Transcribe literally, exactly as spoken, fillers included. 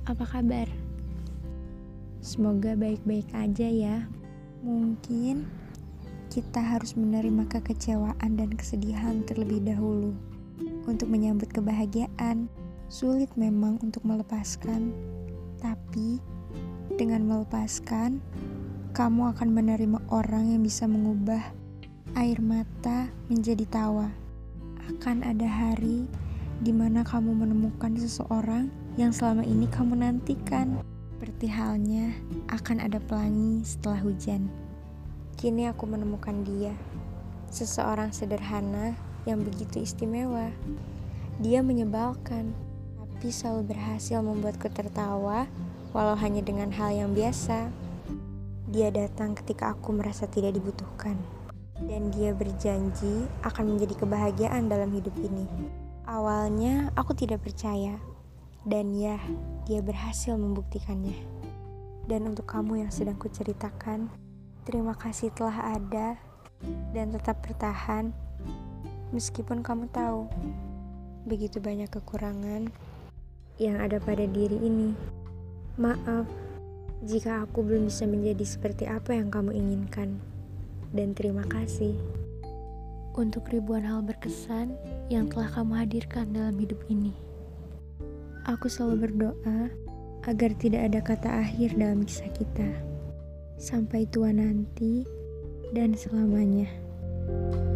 apa kabar? Semoga baik-baik aja ya. Mungkin kita harus menerima kekecewaan dan kesedihan terlebih dahulu untuk menyambut kebahagiaan. Sulit memang untuk melepaskan, tapi dengan melepaskan, kamu akan menerima orang yang bisa mengubah air mata menjadi tawa. Akan ada hari di mana kamu menemukan seseorang yang selama ini kamu nantikan. Seperti halnya akan ada pelangi setelah hujan. Kini aku menemukan dia, seseorang sederhana yang begitu istimewa. Dia menyebalkan, tapi selalu berhasil membuatku tertawa, walau hanya dengan hal yang biasa. Dia datang ketika aku merasa tidak dibutuhkan, dan dia berjanji akan menjadi kebahagiaan dalam hidup ini. Awalnya aku tidak percaya, dan ya, dia berhasil membuktikannya. Dan untuk kamu yang sedang kuceritakan, terima kasih telah ada dan tetap bertahan, meskipun kamu tahu begitu banyak kekurangan yang ada pada diri ini. Maaf jika aku belum bisa menjadi seperti apa yang kamu inginkan. Dan terima kasih untuk ribuan hal berkesan yang telah kamu hadirkan dalam hidup ini. Aku selalu berdoa agar tidak ada kata akhir dalam kisah kita. Sampai tua nanti dan selamanya.